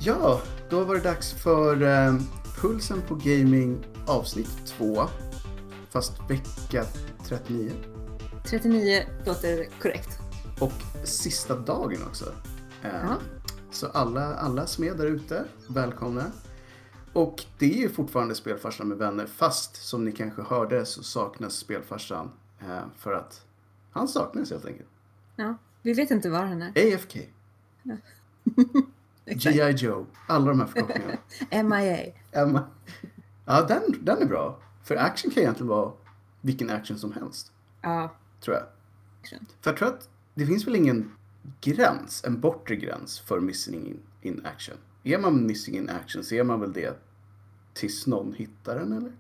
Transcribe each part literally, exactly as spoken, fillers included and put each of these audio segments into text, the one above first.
Ja, då var det dags för eh, Pulsen på Gaming avsnitt två. Fast vecka trettionio. trettionio låter korrekt. Och sista dagen också. Eh, ja. Så alla, alla som är där ute, välkomna. Och det är ju fortfarande Spelfarsan med vänner. Fast som ni kanske hörde så saknas Spelfarsan. Eh, för att han saknas helt enkelt. Ja, vi vet inte var han är. A F K. Ja. G I Joe. Alla de här förkortningarna. M I A. M- ja, den, den är bra. För action kan egentligen vara vilken action som helst. Ja. Tror jag. Action. För jag tror att det finns väl ingen gräns, en bortre gräns för missing in, in action. Är man missing in action så är man väl det tills någon hittar den, eller?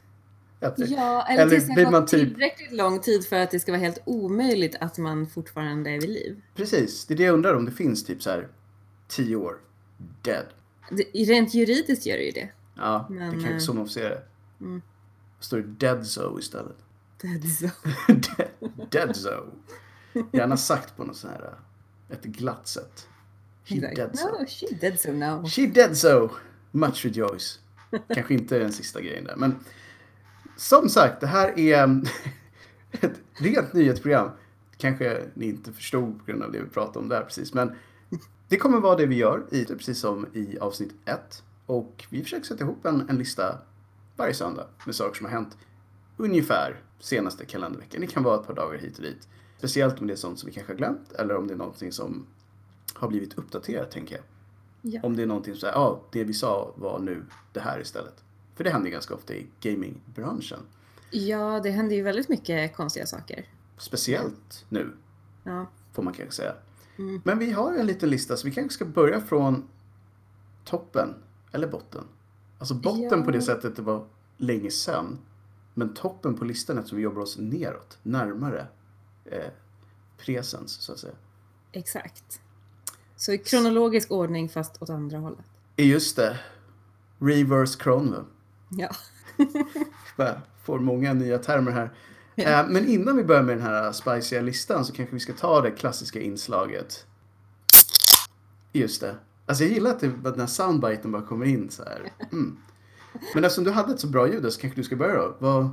Ja, eller, eller tills det blir har man gått typ... tillräckligt lång tid för att det ska vara helt omöjligt att man fortfarande är vid liv. Precis, det är det jag undrar om det finns typ så här tio år. Dead. Det, rent juridiskt gör det ju det. Ja, Men, det kanske är så man får se det. Mm. Står det dead zone istället. Dead zone. dead, dead zone. Gärna sagt på något sån här, ett glatt sätt. She Like, dead so. no, she dead so now. She dead so. Much rejoice. Kanske inte den sista grejen där. Men som sagt, det här är ett rent nyhetsprogram. Kanske ni inte förstod på grund av det vi pratade om där precis. Men det kommer vara det vi gör, i, precis som i avsnitt ett. Och vi försöker sätta ihop en, en lista varje söndag med saker som har hänt ungefär senaste kalenderveckan. Det kan vara ett par dagar hit och dit. Speciellt om det är sånt som vi kanske har glömt. Eller om det är någonting som har blivit uppdaterat, tänker jag. Ja. Om det är någonting så här, ja, det vi sa var nu det här istället. För det händer ganska ofta i gamingbranschen. Ja, det händer ju väldigt mycket konstiga saker. Speciellt nu, Ja. får man kanske säga. Mm. Men vi har en liten lista, så vi kanske ska börja från toppen eller botten. Alltså botten Ja. på det sättet det var länge sedan. Men toppen på listan är att vi jobbar oss neråt, närmare eh, presens, så att säga. Exakt. Så i kronologisk ordning fast åt andra hållet. Just det. Reverse chrono. Ja. Jag får många nya termer här. Ja. Eh, men innan vi börjar med den här spiciga listan så kanske vi ska ta det klassiska inslaget. Just det. Alltså jag gillar att, det, att den här soundbiten bara kommer in så här. Mm. Men eftersom du hade ett så bra ljud så kanske du ska börja då. Vad,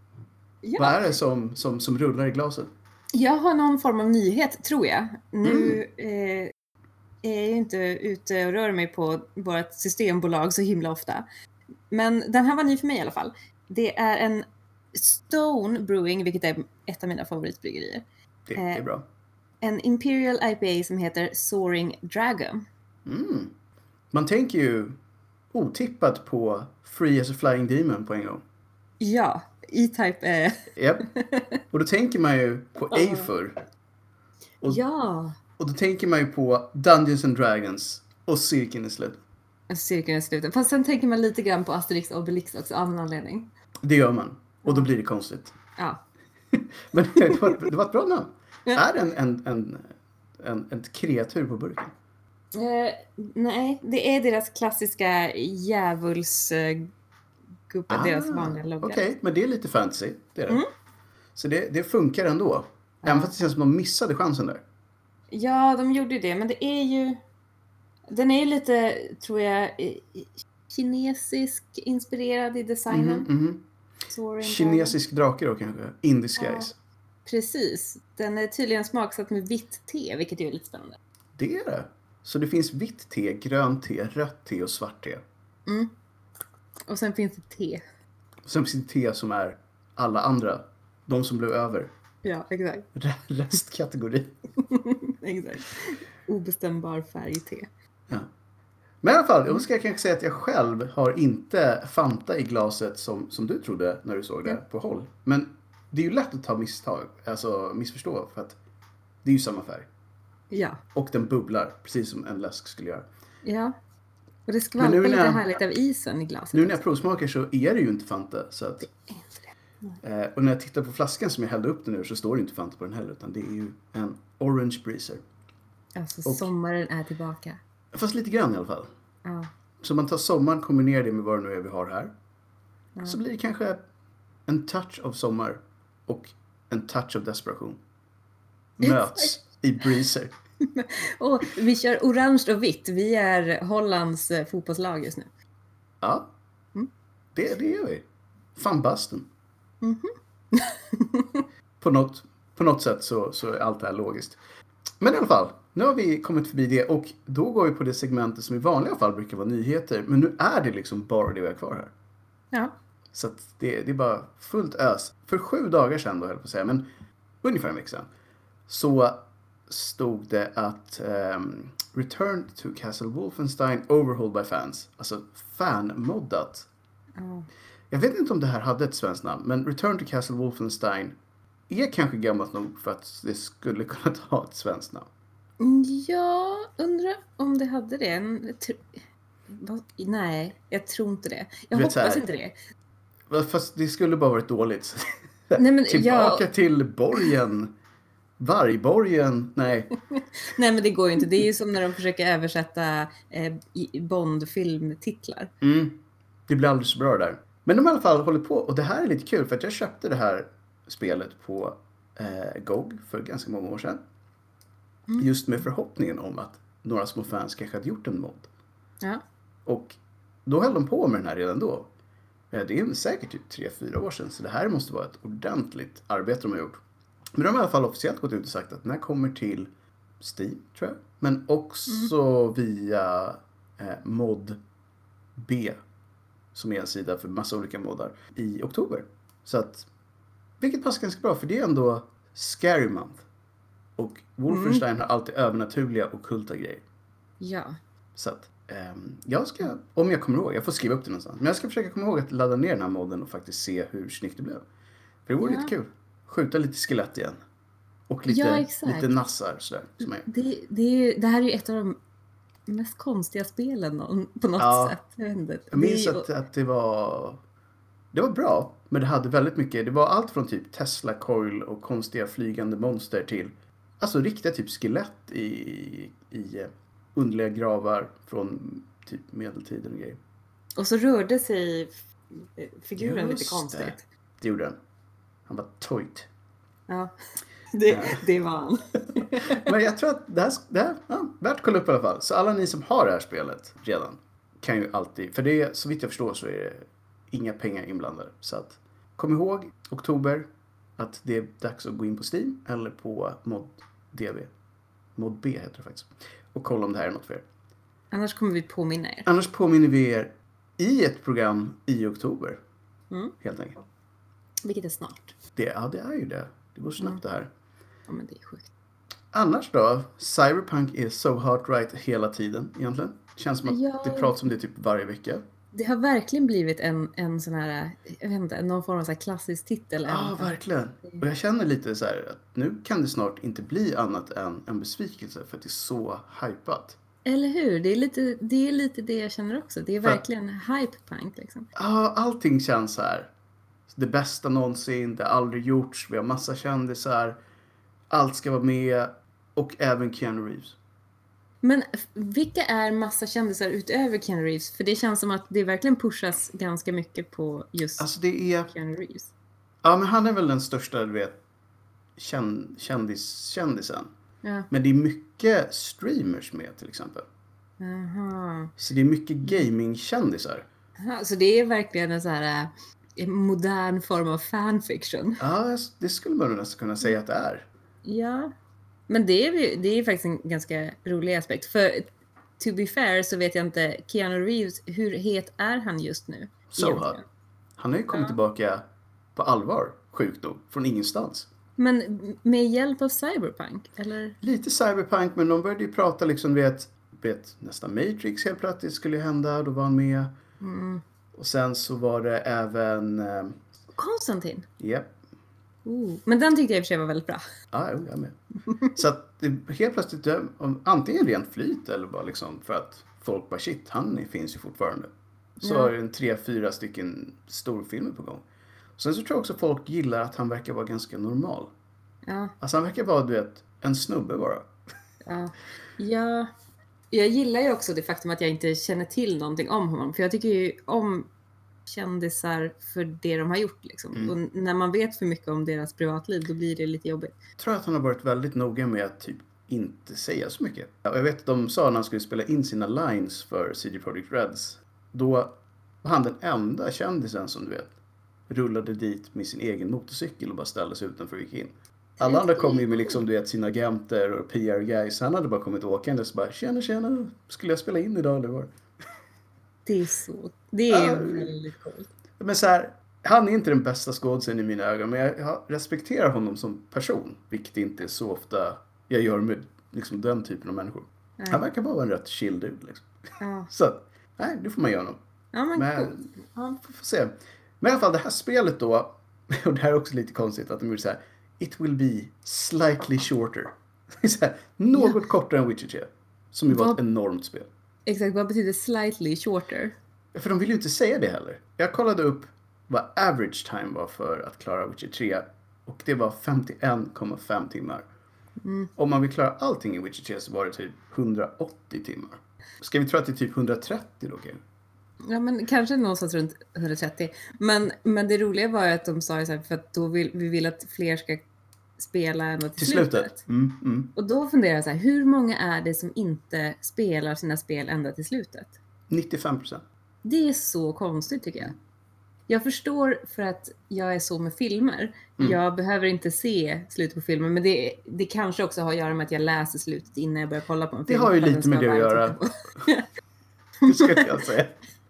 Ja. vad är det som, som, som rullar i glaset? Jag har någon form av nyhet, tror jag. Nu eh, är jag inte ute och rör mig på vårt systembolag så himla ofta. Men den här var ny för mig i alla fall. Det är en Stone Brewing, vilket är ett av mina favoritbryggerier. Det, det är bra. En Imperial I P A som heter Soaring Dragon. Mm. Man tänker ju otippat på Free as a Flying Demon på en gång. Ja, E-Type är... Japp. Och då tänker man ju på Aether. Och, Ja. och då tänker man ju på Dungeons and Dragons och Cirkeln är slut. Cirkeln är slutet. Fast sen tänker man lite grann på Asterix och Obelix också av en anledning. Det gör man. Och då blir det konstigt. Ja. Men det var, det var ett bra namn. Ja. Är det en, en, en, en, ett kreatur på burken? Eh, nej, det är deras klassiska djävulsgubbe, Ah, deras vanliga logga. Okej, okay, men det är lite fantasy. Det är det. Mm. Så det, det funkar ändå. Ja. Även fast det känns som de missade chansen där. Ja, de gjorde ju det, men det är ju... Den är ju lite, tror jag, kinesisk inspirerad i designen. Mhm, mhm. Soaring Kinesisk drake då kanske? In disguise. Ja. Precis. Den är tydligen smaksatt med vitt te, vilket är lite spännande. Det är det. Så det finns vitt te, grönt te, rött te och svart te. Mm. Och sen finns det te. Och sen finns det te som är alla andra. De som blev över. Ja, exakt. Restkategori. Exakt. Obestämbar färg te. Ja. Men i alla fall, då ska jag kanske säga att jag själv har inte Fanta i glaset som, som du trodde när du såg det på håll. Men det är ju lätt att ta misstag, alltså missförstå, för att det är ju samma färg. Ja. Och den bubblar, precis som en läsk skulle göra. Ja. Och det skvalpar Men nu lite när jag- härligt av isen i glaset. Nu när jag provsmakar så är det ju inte Fanta. Så att, Inte det. eh, och när jag tittar på flaskan som jag hällde upp den ur så står det inte Fanta på den heller, utan det är ju en Orange Breezer. Alltså Och- sommaren är tillbaka. Fast lite grann i alla fall. Ja. Så man tar sommaren, kombinerar det med vad det nu är vi har här. Ja. Så blir det kanske en touch av sommar och en touch av desperation. Möts i Breezer. Och vi kör orange och vitt. Vi är Hollands eh, fotbollslag just nu. Ja, Mm. det, det gör vi. Fan basten. Mhm. På något, på något sätt så, så är allt det här logiskt. Men i alla fall, nu har vi kommit förbi det och då går vi på det segmentet som i vanliga fall brukar vara nyheter. Men nu är det liksom bara det vi har kvar här. Ja. Så att det, det är bara fullt ös. För sju dagar sedan då, höll jag på att säga, men ungefär en vecka sedan, så stod det att um, Return to Castle Wolfenstein overhauled by fans. Alltså fan-moddat. Ja. Jag vet inte om det här hade ett svenskt namn, men Return to Castle Wolfenstein är kanske gammalt nog för att det skulle kunna ta ett svenskt namn. Ja, undrar om det hade det. En- jag tr- vad- Nej, jag tror inte det. Jag Du vet, hoppas så här- inte det. Fast det skulle bara varit dåligt. Nej, men Tillbaka jag- till borgen. Vargborgen. Nej. Nej, men det går ju inte. Det är ju som när de försöker översätta eh, i- Bond-filmtitlar. Mm. Det blir aldrig så bra där. Men de har i alla fall hållit på. Och det här är lite kul för att jag köpte det här spelet på eh, G O G för ganska många år sedan. Mm. Just med förhoppningen om att några små fans kanske hade gjort en mod. Ja. Och då höll de på med den här redan då. Eh, Det är säkert typ tre fyra år sedan. Så det här måste vara ett ordentligt arbete de har gjort. Men de har i alla fall officiellt gått ut och sagt att den här kommer till Steam, tror jag. Men också via eh, Mod B. Som är en sida för massa olika moddar. I oktober. Så att, vilket passar ganska bra. För det är ändå Scary Month. Och Wolfenstein har alltid övernaturliga och kulta grejer. Ja. Så att, ehm, jag ska, om jag kommer ihåg, jag får skriva upp det någonstans. Men jag ska försöka komma ihåg att ladda ner den här modden och faktiskt se hur snyggt det blev. För det vore Ja. lite kul. Skjuta lite skelett igen. Och lite, Ja, exakt. lite nassar sådär. Som är. Det, det, är ju, det här är ju ett av de mest konstiga spelen någon- på något Ja. sätt. Jag vet inte. Jag minns Det är ju- att, att det var det var bra, men det hade väldigt mycket. Det var allt från typ Tesla coil och konstiga flygande monster till alltså riktiga typ skelett i, i eh, underliga gravar från typ medeltiden och grejer. Och så rörde sig f- figuren Just lite konstigt. det. Det gjorde den. Han var tojt. Ja, det, det var han. Men jag tror att det här, det här ja, värt att kolla upp i alla fall. Så alla ni som har det här spelet redan kan ju alltid, för det är, så vitt jag förstår så är det inga pengar inblandade. Så att kom ihåg oktober att det är dags att gå in på Steam eller på Mod D B. Mod B heter det faktiskt. Och kolla om det här är något för er. Annars kommer vi påminna er. Annars påminner vi er i ett program i oktober. Mm. Helt enkelt. Vilket är snart. Det, ja, det är ju det. Det går snabbt det här. Ja, men det är sjukt. Annars då? Cyberpunk är so hot right hela tiden egentligen. Känns som att Ja. det pratas om det typ varje vecka. Det har verkligen blivit en, en sån här, jag vet inte, någon form av så här klassisk titel. Ja, även. verkligen. Och jag känner lite så här att nu kan det snart inte bli annat än en besvikelse för att det är så hypat. Eller hur? Det är, lite, det är lite det jag känner också. Det är För- verkligen hypepunk liksom. Ja, allting känns så här. Det bästa någonsin, det har aldrig gjorts, vi har massa kändisar. Allt ska vara med och även Keanu Reeves. Men f- vilka är massa kändisar utöver Keanu Reeves? För det känns som att det verkligen pushas ganska mycket på just Alltså det är, Keanu Reeves. ja men han är väl den största, du vet, kän, kändis, kändisen. Ja. Men det är mycket streamers med till exempel. Aha. Så det är mycket gaming-kändisar. Aha. Så det är verkligen en så här eh, en modern form av fanfiction. Ja, det skulle man nog nästan kunna säga att det är. Ja. Men det är, ju- det är faktiskt en ganska rolig aspekt. För to be fair så vet jag inte, Keanu Reeves, hur het är han just nu? Så egentligen? hot. Han har ju kommit Ja. tillbaka på allvar, sjukt nog, från ingenstans. Men med hjälp av Cyberpunk? Eller? Lite cyberpunk, men de började ju prata liksom, vet, vet nästan Matrix helt plötsligt skulle ju hända, då var han med. Mm. Och sen så var det även, eh, Konstantin? ja, Oh. Men den tyckte jag i och för sig var väldigt bra. ja, jo, jag med. Så att det helt plötsligt, eh, om- antingen rent flyt eller bara liksom för att folk bara shit, han finns ju fortfarande. Så Ja. var det en tre, fyra stycken storfilmer på gång. Sen så tror jag också folk gillar att han verkar vara ganska normal. Ja. Alltså han verkar vara, du vet, en snubbe bara. Ja. ja. Jag gillar ju också det faktum att jag inte känner till någonting om honom. För jag tycker ju om kändisar för det de har gjort. Liksom. Mm. Och när man vet för mycket om deras privatliv då blir det lite jobbigt. Jag tror att han har varit väldigt noga med att typ inte säga så mycket. Jag vet att de sa när han skulle spela in sina lines för C D Projekt Reds. Då var han den enda kändisen som du vet rullade dit med sin egen motorcykel och bara ställde sig utanför och gick in. Alla andra kom ju med liksom, du vet, sina agenter och P R-guys. Han hade bara kommit åkande och bara tjena, tjena, skulle jag spela in idag eller var? Det är så, det är uh, väldigt coolt. Men så här, han är inte den bästa skådespelaren i mina ögon, men jag, jag respekterar honom som person, vilket inte är så ofta jag gör med liksom, den typen av människor. Nej. Han verkar bara vara en rätt chill dude. Liksom. Ja. Så, nej, det får man göra honom. Ja, men, men cool. Ja. Får, får se. Men i alla fall, det här spelet då, och det här är också lite konstigt, att de gjorde så här, it will be slightly shorter. Så här, något ja. kortare än Witcher tre, som ju var ett enormt spel. Exakt, vad betyder slightly shorter? För de vill ju inte säga det heller. Jag kollade upp vad average time var för att klara Witcher tre. Och det var femtioen komma fem timmar. Mm. Om man vill klara allting i Witcher tre så var det typ hundraåttio timmar. Ska vi tro att det är typ hundratrettio då? Okay? Ja, men kanske någonstans runt hundratrettio. Men, men det roliga var ju att de sa så här, för att då vill, vi vill att fler ska spela ända till, till slutet. slutet. Mm, mm. Och då funderar jag så här, hur många är det som inte spelar sina spel ända till slutet? nittiofem procent. Det är så konstigt tycker jag. Jag förstår för att jag är så med filmer. Mm. Jag behöver inte se slutet på filmen. Men det, det kanske också har att göra med att jag läser slutet innan jag börjar kolla på en film. Det har ju lite med det att göra. Det ska jag säga.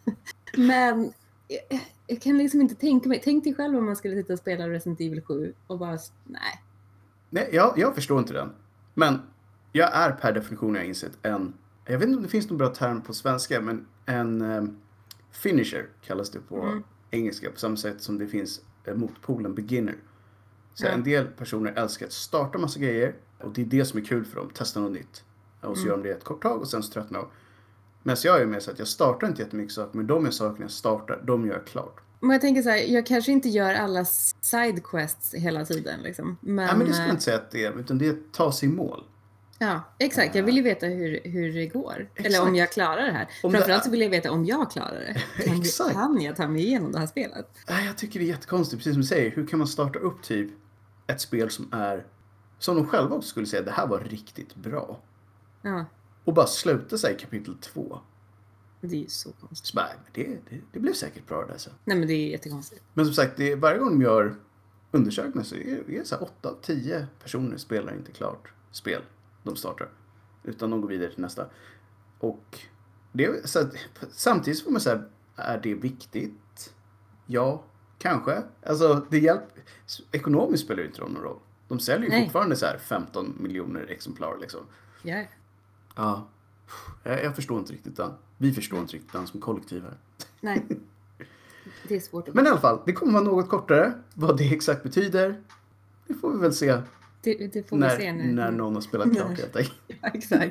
Men jag, jag kan liksom inte tänka mig. Tänk dig själv om man skulle sitta och spela Resident Evil sju och bara, nej. Nej, jag, jag förstår inte den. Men jag är per definition, jag har insett, en, jag vet inte om det finns någon bra term på svenska, men en um, finisher kallas det på mm. engelska, på samma sätt som det finns uh, motpolen beginner. Så ja. En del personer älskar att starta massa grejer, och det är det som är kul för dem, testa något nytt. Och så mm. gör de det ett kort tag och sen så tröttnar de. Men så jag är med så att jag startar inte jättemycket saker, men de är sakerna jag startar, de gör jag klart. Men jag tänker så här, jag kanske inte gör alla sidequests hela tiden liksom. Men, ja, men det skulle jag inte säga att det är, utan det är att ta sig i mål. Ja, exakt. Jag vill ju veta hur, hur det går. Exakt. Eller om jag klarar det här. Om Framförallt så vill jag veta om jag klarar det. Kan, exakt. kan jag ta mig igenom det här spelet? Jag tycker det är jättekonstigt, precis som du säger. Hur kan man starta upp typ ett spel som är, som de själva också skulle säga, det här var riktigt bra. Ja. Och bara sluta sig i kapitel två. Det är ju så konstigt. Så bara, det, det, det blev säkert bra det så. Nej, men det är jättekonstigt. Men som sagt, det är, varje gång de gör undersökningar så är det så här åtta av tio personer spelar inte klart spel de startar. Utan de går vidare till nästa. Och det är, så att, samtidigt får man säga, är det viktigt? Ja, kanske. Alltså, det hjälper. Ekonomiskt spelar det inte någon roll. De säljer ju Nej. fortfarande så här femton miljoner exemplar liksom. Ja. Ja. Jag, jag förstår inte riktigt den. Vi förstår inte riktigt den som kollektiv här. Nej. Det är svårt att... Men i alla fall, det kommer vara något kortare. Vad det exakt betyder, det får vi väl se. Det, det får när, vi se nu. När någon har spelat klart helt enkelt. Ja, exakt.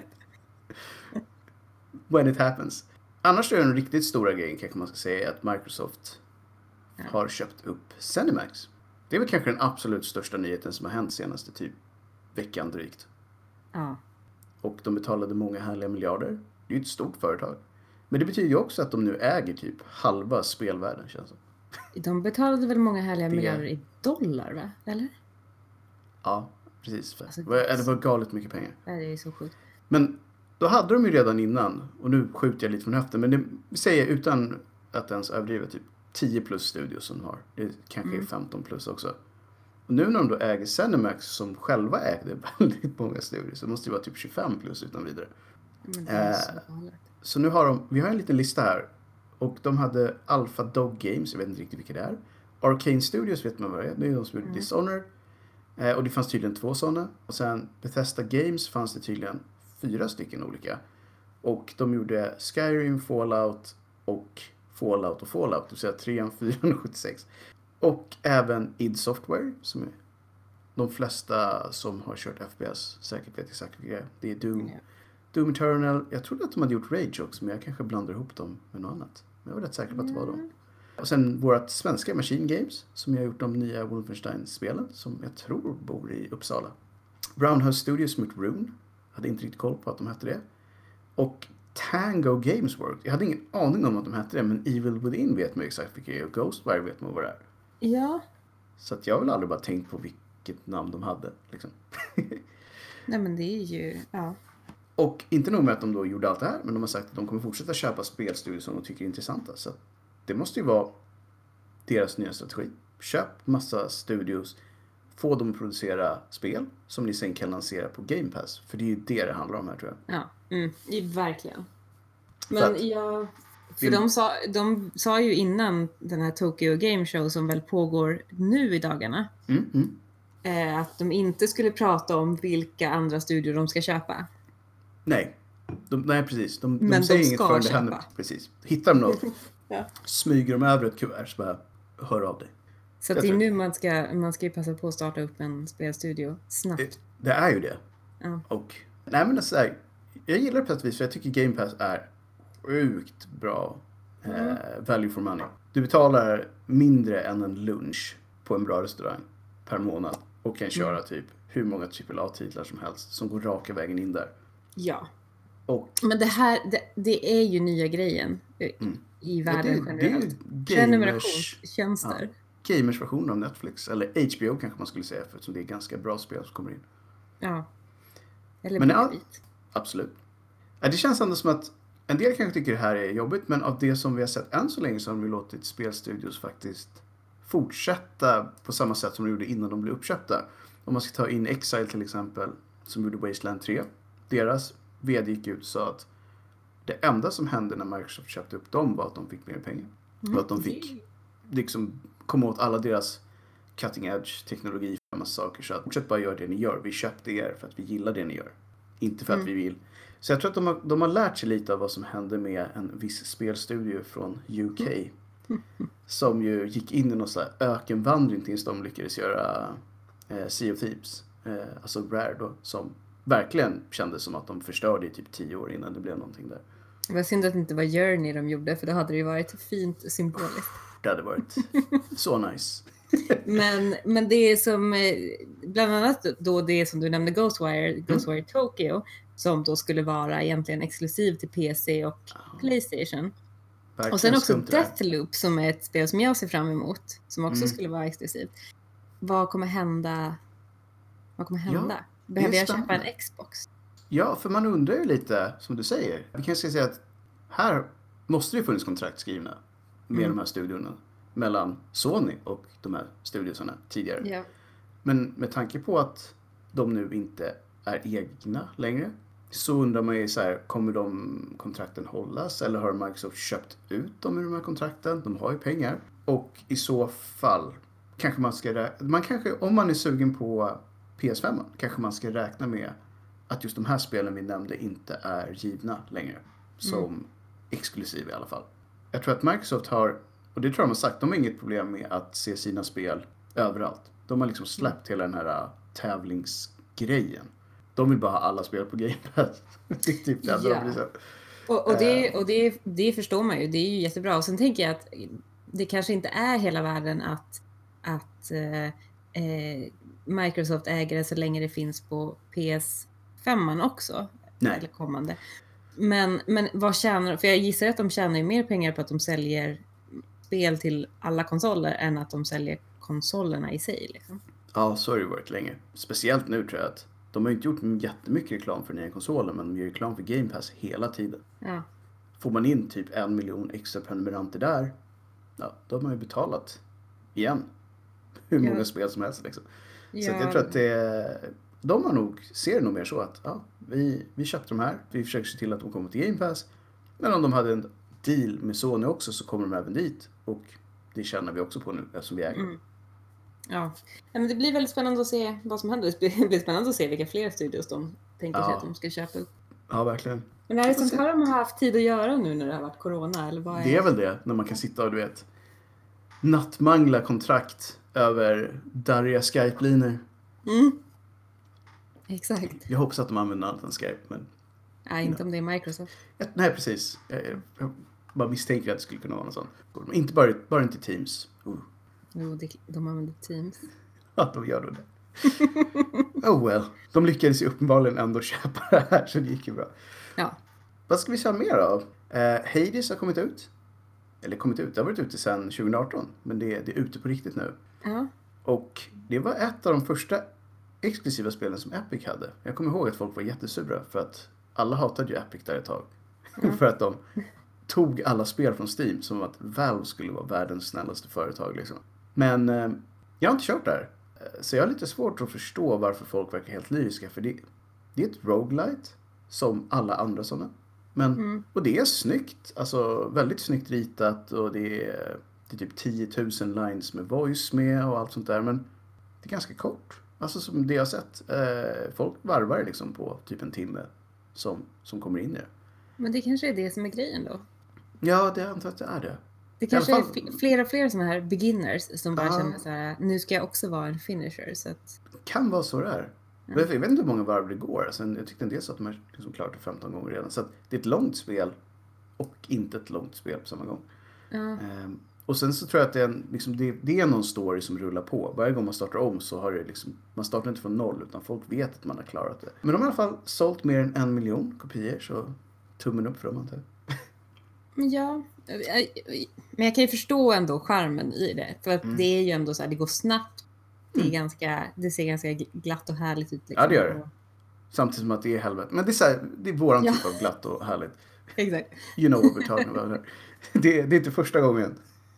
When it happens. Annars är den riktigt stora grejen kanske man ska säga att Microsoft ja. har köpt upp ZeniMax. Det är väl kanske den absolut största nyheten som har hänt senaste typ veckan drygt. Ja. Och de betalade många härliga miljarder. Det är ju ett stort företag. Men det betyder ju också att de nu äger typ halva spelvärlden, känns det. De betalade väl många härliga miljarder i dollar, va? Eller? Ja, precis. Alltså, det var galet mycket pengar. Det är så sjukt. Men då hade de ju redan innan, och nu skjuter jag lite från höften, men det säger utan att ens överdriva typ tio plus studios som har. Det kanske mm. är femton plus också. Och nu när de då äger ZeniMax som själva ägde väldigt många studios, så måste det vara typ tjugofem plus utan vidare. Men det är så, eh, så nu har de, vi har en liten lista här. Och de hade Alpha Dog Games, jag vet inte riktigt vilka det är. Arcane Studios vet man vad det är, det är de som gjorde mm. Dishonored. Eh, och det fanns tydligen två sådana. Och sen Bethesda Games fanns det tydligen fyra stycken olika. Och de gjorde Skyrim, Fallout och Fallout och Fallout. Det vill säga trean, fyran och sjuttiosex. Och även id Software, som är de flesta som har kört F P S säkert vet exakt vilka det är. Det är Doom. Mm. Doom Eternal. Jag trodde att de hade gjort Rage också, men jag kanske blandar ihop dem med något annat. Men jag var rätt säker på att det var dem. Och sen vårt svenska Machine Games, som jag har gjort de nya Wolfenstein-spelen, som jag tror bor i Uppsala. Roundhouse Studios mot Rune. Hade inte riktigt koll på att de hette det. Och Tango Games World. Jag hade ingen aning om att de hette det, men Evil Within vet man exakt vilka det är. Och Ghostwire vet man vad det är. Ja. Så att jag har väl aldrig bara tänkt på vilket namn de hade. Liksom. Nej men det är ju, ja. Och inte nog med att de då gjorde allt det här, men de har sagt att de kommer fortsätta köpa spelstudios som de tycker är intressanta. Så det måste ju vara deras nya strategi. Köp massa studios, få dem att producera spel som ni sen kan lansera på Game Pass. För det är ju det det handlar om här, tror jag. Ja, mm, verkligen. Men För att- jag... För Vill- de sa, de sa ju innan den här Tokyo Game Show som väl pågår nu i dagarna, Mm, mm. eh, att de inte skulle prata om vilka andra studior de ska köpa. Nej. De, nej, precis. De, Men de de säger inget ska förrän det köpa. händer. Precis. Hittar de något, Ja. smyger de över ett kuvert så bara hör av dig. Så att Jag det är tror- nu man ska, man ska ju passa på att starta upp en spelstudio snabbt. Det, det är ju det. Ja. Och, nej men så här, jag gillar det på ett vis för jag tycker Game Pass är sjukt bra eh, value for money. Du betalar mindre än en lunch på en bra restaurang per månad och kan köra typ hur många trippel A-titlar som helst som går raka vägen in där. Ja. Och Men det här, det, det är ju nya grejen eh, i ja, världen det, det är ju generellt. gamers, Prenumerationstjänster. ja, gamers version av Netflix eller H B O kanske man skulle säga för det är ganska bra spel som kommer in. Ja. Eller Men ja, BitBit. absolut. Ja, det känns ändå som att en del kanske tycker det här är jobbigt, men av det som vi har sett än så länge så har vi låtit spelstudios faktiskt fortsätta på samma sätt som de gjorde innan de blev uppköpta. Om man ska ta in Exile till exempel, som gjorde Wasteland tre. Deras vd gick ut och sa att det enda som hände när Microsoft köpte upp dem var att de fick mer pengar. Och att de fick liksom komma åt alla deras cutting edge teknologi och massa saker. Så att fortsätt bara göra det ni gör. Vi köpte er för att vi gillar det ni gör. Inte för att vi vill. Så jag tror att de har, de har lärt sig lite av vad som hände med en viss spelstudio från U K. Som ju gick in i någon sån här ökenvandring tills de lyckades göra eh, Sea of Thieves. Eh, alltså Rare då. Som verkligen kändes som att de förstörde i typ tio år innan det blev någonting där. Det var synd att det inte var Journey de gjorde, för då hade det ju varit fint symboliskt. Det hade varit så nice. Men, men det som, eh, bland annat då det som du nämnde, Ghostwire, Ghostwire Tokyo, som då skulle vara egentligen exklusiv till P C och Playstation. Verkligen Och sen också skumt det där. Deathloop som är ett spel som jag ser fram emot, som också Mm. skulle vara exklusivt. Vad kommer hända? Vad kommer Ja, hända? Behöver är jag köpa spännande. en Xbox? Ja, för man undrar ju lite, som du säger. Vi kanske ska säga att här måste det funnits kontrakt skrivna med Mm. de här studiorna. Mellan Sony och de här studiosarna tidigare. Ja. Men med tanke på att de nu inte är egna längre. Så undrar man ju så här, kommer de kontrakten hållas? Eller har Microsoft köpt ut dem ur de här kontrakten? De har ju pengar. Och i så fall kanske man ska rä- man kanske, om man är sugen på P S fem, kanske man ska räkna med att just de här spelen vi nämnde inte är givna längre. Som exklusiv i alla fall. Jag tror att Microsoft har, och det tror jag de har sagt, de har inget problem med att se sina spel överallt. De har liksom släppt hela den här uh, tävlingsgrejen. De vill bara ha alla spel på Game Pass. Det är typ det enda Ja. de blir så. Och, och, det, och det, det förstår man ju, det är ju jättebra. Och sen tänker jag att det kanske inte är hela världen att, att eh, eh, Microsoft äger det så länge det finns på P S fem också. Nej. Eller kommande. Men, men vad tjänar, för jag gissar att de tjänar ju mer pengar på att de säljer spel till alla konsoler än att de säljer konsolerna i sig. Liksom. Ja, så har det varit länge. Speciellt nu tror jag att de har inte gjort jättemycket reklam för nya konsoler, men de gör reklam för Game Pass hela tiden. Ja. Får man in typ en miljon extra prenumeranter där, ja, då har man ju betalat igen hur många Ja. spel som helst. Liksom. Så Ja. att jag tror att det, de har nog, ser det nog mer så att ja, vi, vi köpte de här, vi försöker se till att de kommer till Game Pass. Men om de hade en deal med Sony också så kommer de även dit. Och det känner vi också på nu eftersom vi äger. Mm. Ja. Ja, men det blir väldigt spännande att se vad som händer. Det blir spännande att se vilka fler studios de tänker sig Ja. att de ska köpa upp. Ja, verkligen. Men är det Vi får sånt se. här de har haft tid att göra nu när det har varit corona? Eller vad är... Det är väl det, när man kan sitta och du vet nattmangla kontrakt över darriga Skype-linor. Mm. Exakt. Jag hoppas att de använder annat än Skype, men Nej, inte om det är Microsoft. jag, nej precis. Jag, jag, jag bara misstänker att det skulle kunna vara något sånt. Men inte bara, bara inte Teams. Uh. Jo, det, de använder Teams. Ja, de gör då det. Oh well. De lyckades ju uppenbarligen ändå köpa det här, så det gick ju bra. Ja. Vad ska vi säga mer av? Eh, Hades har kommit ut. Eller kommit ut, det har varit ute sedan tjugo arton. Men det, det är ute på riktigt nu. Ja. Och det var ett av de första exklusiva spelen som Epic hade. Jag kommer ihåg att folk var jättesura för att alla hatade ju Epic där ett tag. Mm. För att de tog alla spel från Steam som att Valve skulle vara världens snällaste företag liksom. Men eh, jag har inte kört där. Så jag har lite svårt att förstå varför folk verkar helt lyriska. För det, det är ett roguelite som alla andra sådana. Men, mm. Och det är snyggt. Alltså väldigt snyggt ritat. Och det är, det är typ tio tusen lines med voice med och allt sånt där. Men det är ganska kort. Alltså som det jag har sett. Eh, folk varvar liksom på typ en timme som, som kommer in i det. Men det kanske är det som är grejen då? Ja, det antar att det är det. Det kanske fall... är flera och flera sådana här beginners som bara ah. känner så här, nu ska jag också vara en finisher. Så att... Kan vara så det är. Ja. Jag vet inte hur många varv det går. Alltså, jag tyckte inte det så att de är liksom klart det femton gånger redan. Så att det är ett långt spel och inte ett långt spel på samma gång. Ja. Ehm, och sen så tror jag att det är, en, liksom, det, det är någon story som rullar på. Varje gång man startar om så har det liksom, man startar inte från noll utan folk vet att man har klarat det. Men de har i alla fall sålt mer än en miljon kopior, så tummen upp för dem antar jag. Ja, men jag kan ju förstå ändå charmen i det. För att mm. det är ju ändå så här, det går snabbt. Det, är mm. ganska, det ser ganska glatt och härligt ut. Liksom. Ja, det gör det. Samtidigt som att det är helvete. Men det är, så här, det är våran ja. typ av glatt och härligt. Exakt. You know what we're talking about. Det, det är inte första gången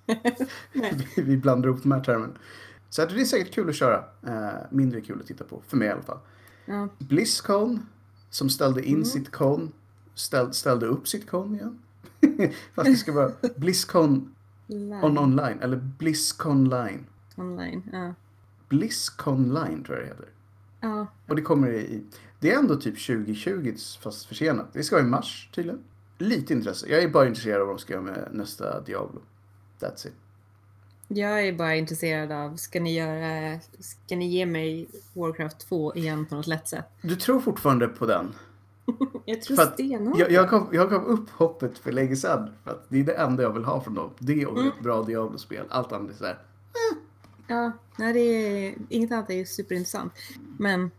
vi, vi blandar upp de här termen. Så det är säkert kul att köra. Uh, mindre kul att titta på. För mig i alla fall. Ja. BlizzCon, som ställde in mm. sitt con, ställ, ställde upp sitt con igen. Fast det ska vara BlizzCon on online. Eller BlizzCon Line. Online, ja. BlizzCon Line tror jag det heter. Ja. Och det kommer i... Det är ändå typ tjugo tjugo fast försenat. Det ska vara i mars tydligen. Lite intresse. Jag är bara intresserad av vad de ska göra med nästa Diablo. That's it. Jag är bara intresserad av, ska ni göra... Ska ni ge mig Warcraft två igen på något lätt sätt? Du tror fortfarande på den? Jag tror stenhårt. Jag, jag, gav, jag gav upp hoppet för länge sedan. För att det är det enda jag vill ha från dem. Det och mm. ett bra Diablo-spel. Allt annat är så här. Eh. Ja, nej, det är, inget annat är ju superintressant. Men...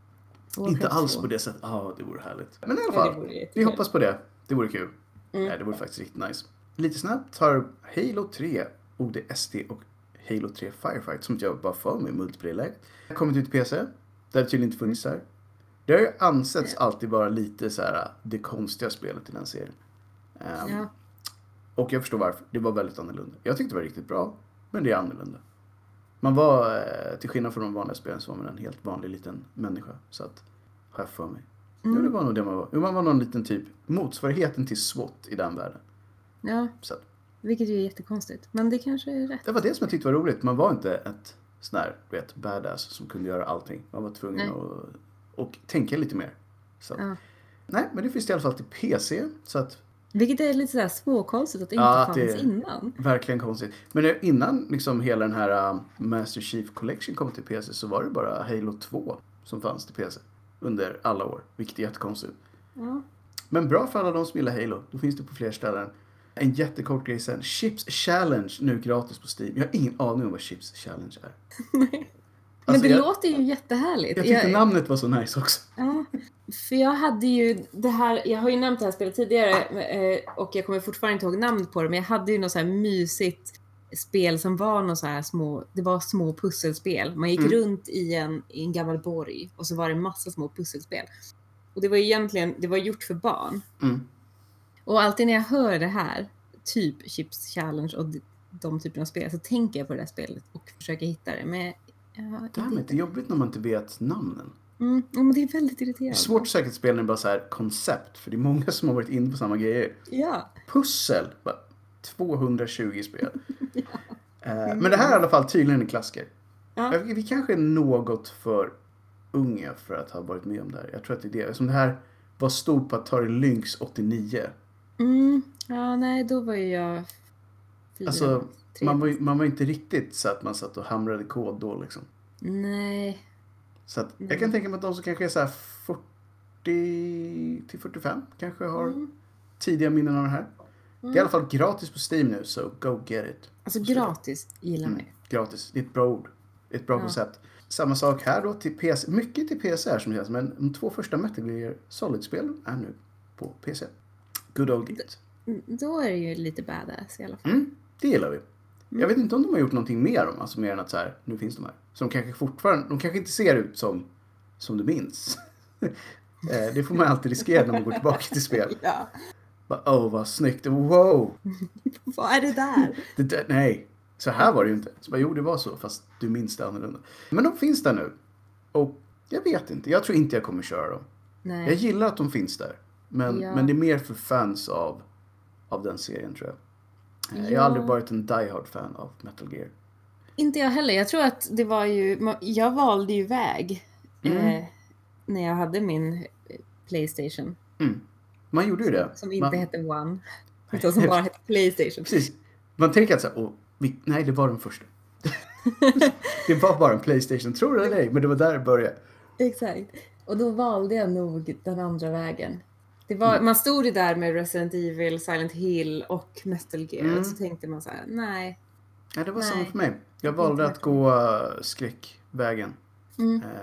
Inte alls två. På det sättet. Ja, ah, det vore härligt. Men i alla fall, ja, vi hoppas på det. Det vore kul. Mm. Nej, det vore faktiskt riktigt nice. Lite snabbt har Halo tre, O D S T och Halo tre Firefight, som jag bara får med multiplayer-läget, kommit ut till P C. Det har tydligen inte funnits där. Det har ju ansetts ja. alltid vara lite så här det konstiga spelet i den serien. Um, ja. Och jag förstår varför. Det var väldigt annorlunda. Jag tyckte det var riktigt bra, men det är annorlunda. Man var, till skillnad från de vanliga spelen, så var man en helt vanlig liten människa. Så att, har jag för mig. Mm. Ja, det var nog det man var. Man var någon liten typ motsvarigheten till SWAT i den världen. Ja, så att, vilket ju är jättekonstigt. Men det kanske är rätt. Det var det som jag tyckte var roligt. Man var inte ett sån här, vet, badass som kunde göra allting. Man var tvungen att och tänka lite mer. Så att, ja. Nej, men det finns i alla fall till P C. Så att, vilket är lite sådär småkonstigt att det inte ja, fanns det innan. Verkligen konstigt. Men innan liksom hela den här uh, Master Chief Collection kom till P C, så var det bara Halo två som fanns till P C under alla år. Vilket är jättekonstigt. Ja. Men bra för alla de som gillar Halo. Då finns det på fler ställen. En jättekort grej sen. Chips Challenge nu gratis på Steam. Jag har ingen aning om vad Chips Challenge är. Nej. Men alltså, det jag, låter ju jättehärligt. Jag tyckte jag, namnet var så nice också. Ja, för jag hade ju det här, jag har ju nämnt det här spelet tidigare och jag kommer fortfarande inte ihåg namnet på det, men jag hade ju något så här mysigt spel som var något så här små, det var små pusselspel. Man gick mm. runt i en, i en gammal borg och så var det en massa små pusselspel. Och det var egentligen, det var gjort för barn. Mm. Och alltid när jag hör det här, typ Chips Challenge och de, de typerna av spel, så tänker jag på det här spelet och försöker hitta det. Men ja, det är inte jobbigt när man inte vet namnen. Mm, men det är väldigt irriterande. Svårt att säkert spela när det bara så här koncept. För det är många som har varit inne på samma grejer. Ja. Pussel. Bara tvåhundratjugo spel. Ja. uh, men det här är i alla fall tydligen en klassiker. Ja. Vi kanske är något för unga för att ha varit med om det här. Jag tror att det är det. Som det här var stort på Atari Lynx åttionio. Mm. Ja, nej, då var ju jag fyra. Alltså, man var, man var inte riktigt så att man satt och hamrade kod då liksom. Nej. Så att jag kan tänka mig att de som kanske är så här fyrtio till fyrtiofem kanske har mm. tidiga minnen av det här. Mm. Det är i alla fall gratis på Steam nu, så go get it. Alltså gratis gillar mig. Mm. Gratis, det är ett bra ord. Ett bra ja. koncept. Samma sak här då till P C. Mycket till P C här som känns, men de två första Metal Gear Solid-spel är nu på P C. Good old it. Då är det ju lite badass i alla fall. Mm, det gillar vi. Mm. Jag vet inte om de har gjort någonting mer om, alltså mer än att så här, nu finns de här. Så de kanske fortfarande, de kanske inte ser ut som som du minns. Det får man alltid riskera när man går tillbaka till spel. Ja. Åh, oh, vad snyggt. Wow! Vad är det där? det där? Nej, så här var det ju inte. Så bara, jo, det var så, fast du minns det annorlunda. Men de finns där nu. Och jag vet inte. Jag tror inte jag kommer köra dem. Nej. Jag gillar att de finns där. Men, Ja. men det är mer för fans av, av den serien, tror jag. Ja. Jag har aldrig varit en die-hard fan av Metal Gear. Inte jag heller. Jag tror att det var ju... Jag valde ju väg Mm. eh, när jag hade min eh, PlayStation. Mm. Man gjorde ju det. Som inte man... hette One. Utan som bara hette PlayStation. Precis. Man tänker att så här, åh, vi... nej, det var den första. Det var bara en PlayStation, tror du eller ej? Men det var där det började. Exakt. Och då valde jag nog den andra vägen. Det var, Mm. Man stod ju där med Resident Evil, Silent Hill och Metal Gear. Mm. Och så tänkte man så här, nej. Ja, det var Nej. samma för mig. Jag Det är valde inte att gå uh, skräckvägen. Mm. Uh,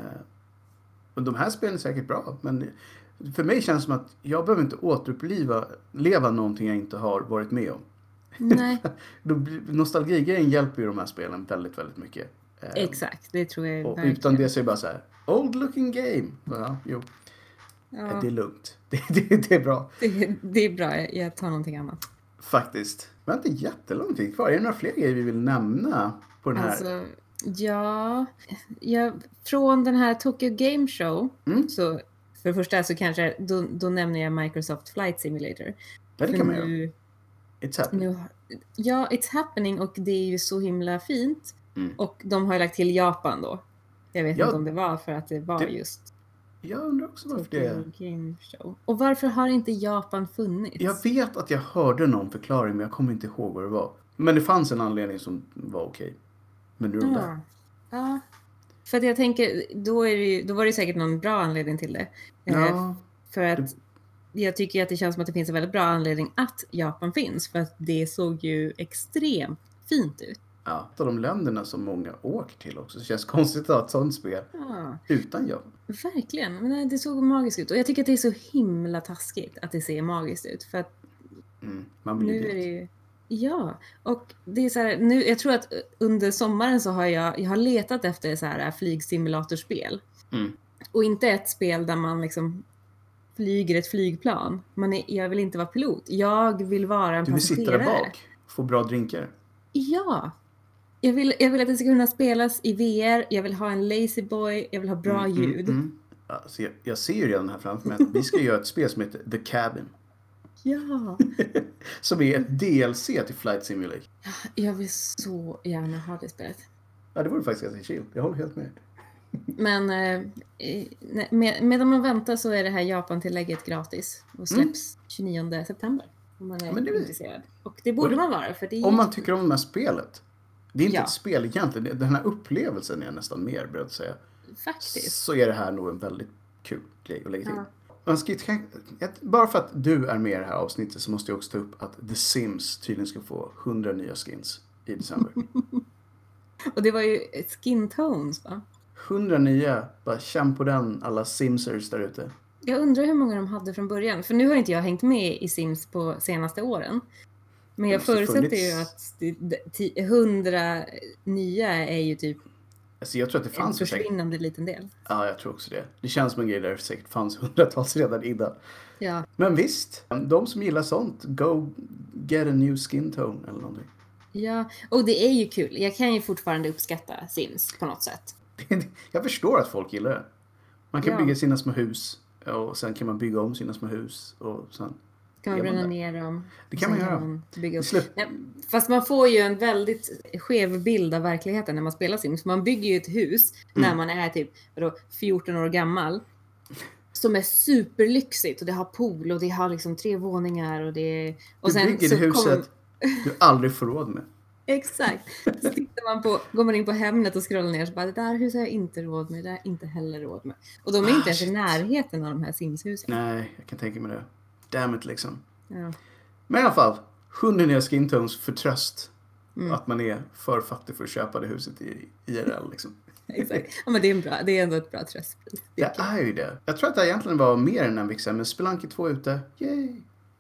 och de här spelen är säkert bra. Men för mig känns det som att jag behöver inte återuppliva leva någonting jag inte har varit med om. Nej, Då blir- Nostalgigrejen hjälper ju de här spelen väldigt, väldigt mycket. Uh, exakt. Det tror jag Och verkligen. utan det så är det bara så här, old looking game. Ja, jo, Ja, det är lugnt. Det, det, det är bra. det, det är bra. Jag tar någonting annat. Faktiskt. Vi har inte jättelång tid kvar. Är det några fler grejer vi vill nämna på den här? Alltså, ja, ja. Från den här Tokyo Game Show. Mm. Så för det första så kanske, då, då nämner jag Microsoft Flight Simulator. Ja, det kan man För göra. nu, It's happening. nu, ja, it's happening och det är ju så himla fint. Mm. Och de har ju lagt till Japan då. Jag vet Ja, inte om det var för att det var det- just Jag undrar också varför det är. Tokyo Game Show. Och varför har inte Japan funnits? Jag vet att jag hörde någon förklaring, men jag kommer inte ihåg vad det var. Men det fanns en anledning som var okej. Men nu är de där. Ja. Ja. För att jag tänker, då, är det ju, då var det säkert någon bra anledning till det. Eh, Ja, För att jag tycker att det känns som att det finns en väldigt bra anledning att Japan finns. För att det såg ju extremt fint ut. ja. Ett av de länderna som många åker till också. Så det känns konstigt att ha ett sånt spel Ja, utan Japan. verkligen. Men det såg magiskt ut. Och jag tycker att det är så himla taskigt att det ser magiskt ut. För att Mm. Man blir nu ju är det dit. ju... Ja, och det är så här, nu, jag tror att under sommaren så har jag, jag har letat efter så här flygsimulatorspel. Mm. Och inte ett spel där man liksom flyger ett flygplan. Man är, jag vill inte vara pilot. Jag vill vara en Du vill sitta där passagerare. bak. Få bra drinkar. Ja. Jag vill, jag vill att det ska kunna spelas i V R. Jag vill ha en lazy boy. Jag vill ha bra Mm, ljud. Mm, mm. Alltså, jag, jag ser ju redan här framför mig att vi ska göra ett spel som heter The Cabin. Ja. Som är ett D L C till Flight Simulator. Jag vill så gärna ha det spelet. Ja, det vore faktiskt ganska chill. Jag håller helt med. Men eh, eh, med, medan man väntar så är det här Japan-tillägget gratis. Och släpps tjugonionde september. Om man är Ja, men det är väl- intresserad. Och det borde Och det- man vara. För det är Om man jätte- tycker om det här spelet. Det är inte Ja. ett spel egentligen. det- Den här upplevelsen är jag nästan mer beredd att säga. Faktiskt. Så är det här nog en väldigt kul grej att lägga till. Ja. Man ska, kan, jag- bara för att du är med i det här avsnittet så måste jag också ta upp att The Sims tydligen ska få hundra nya skins i december. Och det var ju skin tones, va? hundra nya, bara känn på den alla Simsers där ute. Jag undrar hur många de hade från början. För nu har inte jag hängt med i Sims på senaste åren. Men jag måste förutsätter funnits- ju att det- det- ti- hundra nya är ju typ Alltså jag tror att det en fanns ju säkert. försvinnande liten del. Ja, jag tror också det. Det känns som en grej där det säkert fanns hundratals redan innan. Ja, Men visst, de som gillar sånt, go get a new skin tone eller någonting. ja. Och det är ju kul. Jag kan ju fortfarande uppskatta Sims på något sätt. Jag förstår att folk gillar det. Man kan Ja. bygga sina små hus och sen kan man bygga om sina små hus och sen... Kan man Gör man bränna det? ner dem. Det och kan man sen göra. bygga upp. Släpp- Nej, fast man får ju en väldigt skev bild av verkligheten när man spelar Sims. Man bygger ju ett hus Mm. när man är typ vadå, fjorton år gammal. Som är superlyxigt och det har pool och det har liksom tre våningar och det... Och Du bygger det huset du aldrig får råd med. Exakt. Så tittar man på, går man in på Hemnet och scrollar ner så bara det där huset har jag inte råd med, det där har jag inte heller råd med. Och de är Ah, inte ens i shit. närheten av de här Sims-husen. Nej, jag kan tänka mig det. Damn it liksom. Ja. Men i alla fall, hundra nya skin tones för tröst. Mm. Att man är för fattig för att köpa det huset i I R L liksom. Exakt. Ja, men det är, en bra, det är ändå ett bra tröstpris. Det är Det kul. är ju det. Jag tror att det egentligen var mer än en vecka men Spelunky två är ute. Yay!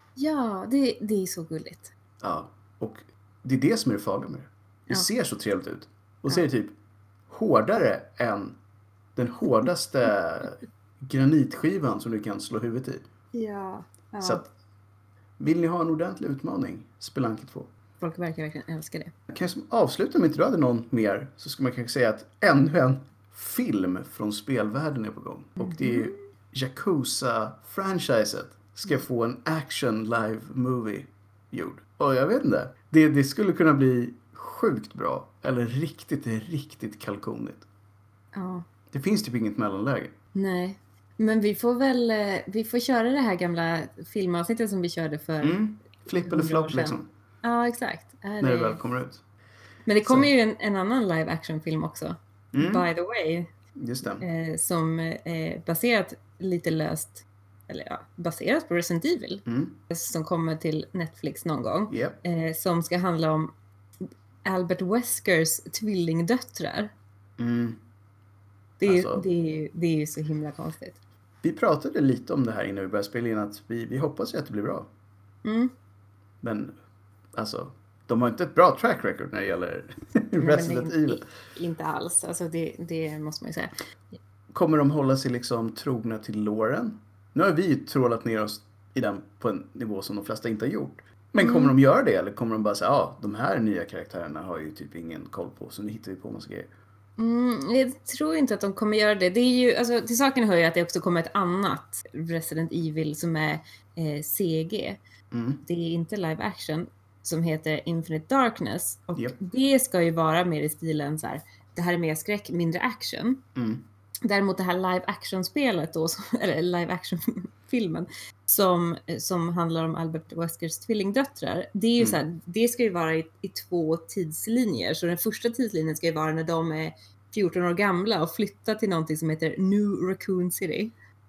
Ja, det, det är så gulligt. Ja, och det är det som är det farliga med det. Det Ja. ser så trevligt ut. Och så Ja. är det typ hårdare än den hårdaste granitskivan som du kan slå huvudet i. Ja. ja. Så att, vill ni ha en ordentlig utmaning, Spelunky två. Folk verkar verkligen älska det. Kanske som avsluta om inte du hade någon mer, så ska man kanske säga att ännu en film från spelvärlden är på gång. Och det är ju Yakuza-franchiset ska få en action live movie gjord. Och jag vet inte, det, det skulle kunna bli sjukt bra. Eller riktigt, riktigt kalkonigt. Ja. Det finns typ inget mellanläge. Nej. Men vi får väl, vi får köra det här gamla filmavsnittet som vi körde för... Mm. Flip eller flopp liksom. Ja, exakt. Är När det det väl kommer ut. Men det kommer Så. ju en, en annan live action film också. Mm. By the way. Just det. Eh, som är eh, baserat lite löst, eller ja, baserat på Resident Evil. Mm. Som kommer till Netflix någon gång. Yep. Eh, som ska handla om Albert Weskers tvillingdöttrar. Mm. Det är, Alltså. det, är ju, det är ju så himla konstigt. Vi pratade lite om det här innan vi började spela in, att vi, vi hoppas ju att det blir bra. Mm. Men alltså, de har inte ett bra track record när det gäller Resident Nej, Evil. Inte alls, alltså det, det måste man ju säga. Kommer de hålla sig liksom trogna till låren? Nu har vi trålat ner oss i den på en nivå som de flesta inte har gjort. Men kommer Mm. de göra det? Eller kommer de bara säga, ja, ah, de här nya karaktärerna har ju typ ingen koll på, så nu hittar vi på massa grejer. Mm, jag tror inte att de kommer göra det. Det är ju, alltså, till saken hör ju att det också kommer ett annat Resident Evil som är eh, C G. Mm. Det är inte live action, som heter Infinite Darkness. Och Yep. det ska ju vara mer i stilen så här, det här är mer skräck, mindre action. Mm. Däremot det här live action-spelet då, som, eller live action-filmen, som, som handlar om Albert Weskers tvillingdöttrar, det är ju Mm. så här, det ska ju vara i, i två tidslinjer. Så den första tidslinjen ska ju vara när de är fjorton år gamla och flyttar till någonting som heter New Raccoon City.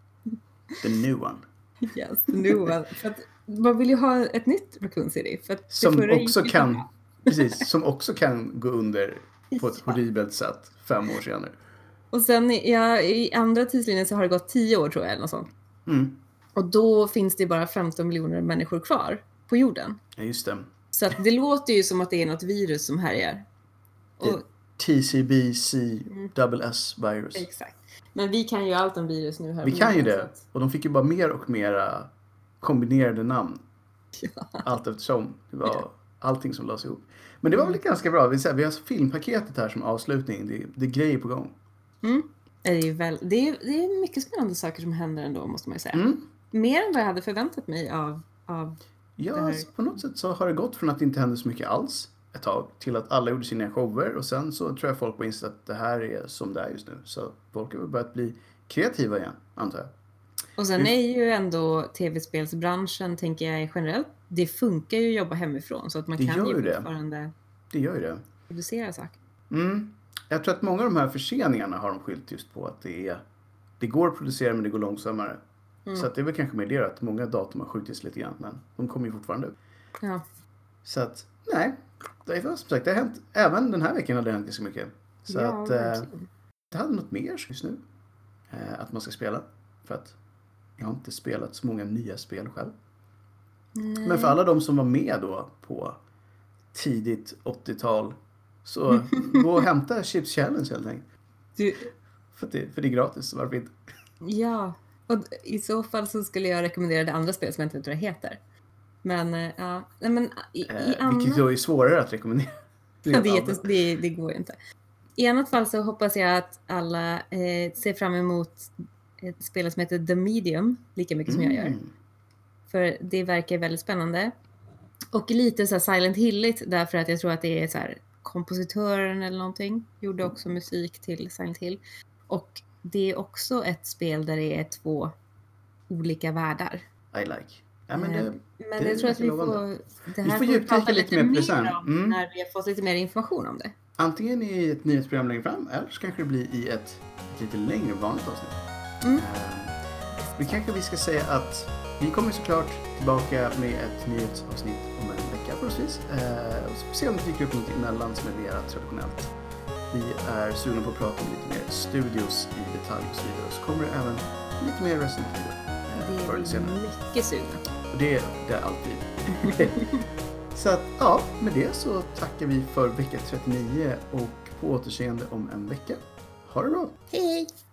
The new one. Yes, the new one. För att man vill ju ha ett nytt Raccoon City. För att det Som förra också gick ju kan, bra. precis, som också kan gå under på ett Ja. horribelt sätt fem år senare. Och sen ja, i andra tidslinjen så har det gått tio år tror jag eller något sånt. Mm. Och då finns det bara femton miljoner människor kvar på jorden. Ja, just det. Så att det låter ju som att det är något virus som härjar. Och, T C B C Mm. double S virus. exakt. Men vi kan ju allt om virus nu här. Vi på kan ju jorden, så det. att- Och de fick ju bara mer och mera kombinerade namn. Ja. Allt eftersom. Det var allting som lades ihop. Men det var väl ganska bra. Vi, säger, vi har filmpaketet här som avslutning. Det, det är grejer på gång. Mm. Det är ju väl, det är, det är mycket spännande saker som händer ändå måste man ju säga. Mm. Mer än vad jag hade förväntat mig av, av Ja, Det här- alltså, på något sätt så har det gått från att det inte hände så mycket alls ett tag till att alla gjorde sina shower, och sen så tror jag folk har insett att det här är som det är just nu. Så folk har väl börjat bli kreativa igen, antar jag. Och sen är ju ändå tv-spelsbranschen, tänker jag generellt, det funkar ju att jobba hemifrån så att man Det kan gör ju ju det. fortfarande Det gör ju det. producera saker. Mm. Jag tror att många av de här förseningarna har de skilt just på att det är det går att producera men det går långsammare. Mm. Så att det är väl kanske mer det att många datum har skjutits lite grann, men de kommer ju fortfarande ut. Ja. Så att, nej. Det är som sagt, det har hänt, även den här veckan har det hänt ganska mycket. Så Ja, att, eh, verkligen. det hade något mer just nu. Eh, att man ska spela. För att jag har inte spelat så många nya spel själv. Nej. Men för alla de som var med då på tidigt åttiotal, så gå och hämta Chips Challenge helt enkelt. Du, För, att det, för det är gratis, så varför inte? ja, och i så fall så skulle jag rekommendera det andra spelet som jag inte vet vad det heter. Men eh, ja, nej, men i, i Eh, annat... vilket då är svårare att rekommendera. Ja, det, är jättes, det, det går ju inte. I annat fall så hoppas jag att alla eh, ser fram emot ett spel som heter The Medium lika mycket som jag gör. Mm. För det verkar väldigt spännande. Och lite så här Silent Hilligt därför att jag tror att det är så här kompositören eller någonting gjorde också musik till Silent Hill. Och det är också ett spel där det är två olika världar. I like. Ja, men det, Men det jag tror att vi verkar får, lovande. det Vi här får får vi djupdyka prata lite lite mer på mer det sen. om Mm. när vi har fått lite mer information om det. Antingen i ett nyhetsprogram längre fram, eller så kanske det blir i ett, ett lite längre vanligt avsnitt. Mm. Eh, vi kanske vi ska säga att vi kommer såklart tillbaka med ett nyhetsavsnitt om en vecka förhoppningsvis. Eh, och så får vi se om det dyker upp något emellan som är mer traditionellt. Vi är sugna på att prata om lite mer studios i detalj och så vidare. Så kommer det även lite mer Resident Evil. eh, Det förr eller är senare. mycket sugna. Och det, det är alltid. Så att, ja, med det så tackar vi för vecka trettionio och på återseende om en vecka. Ha det bra! Hej!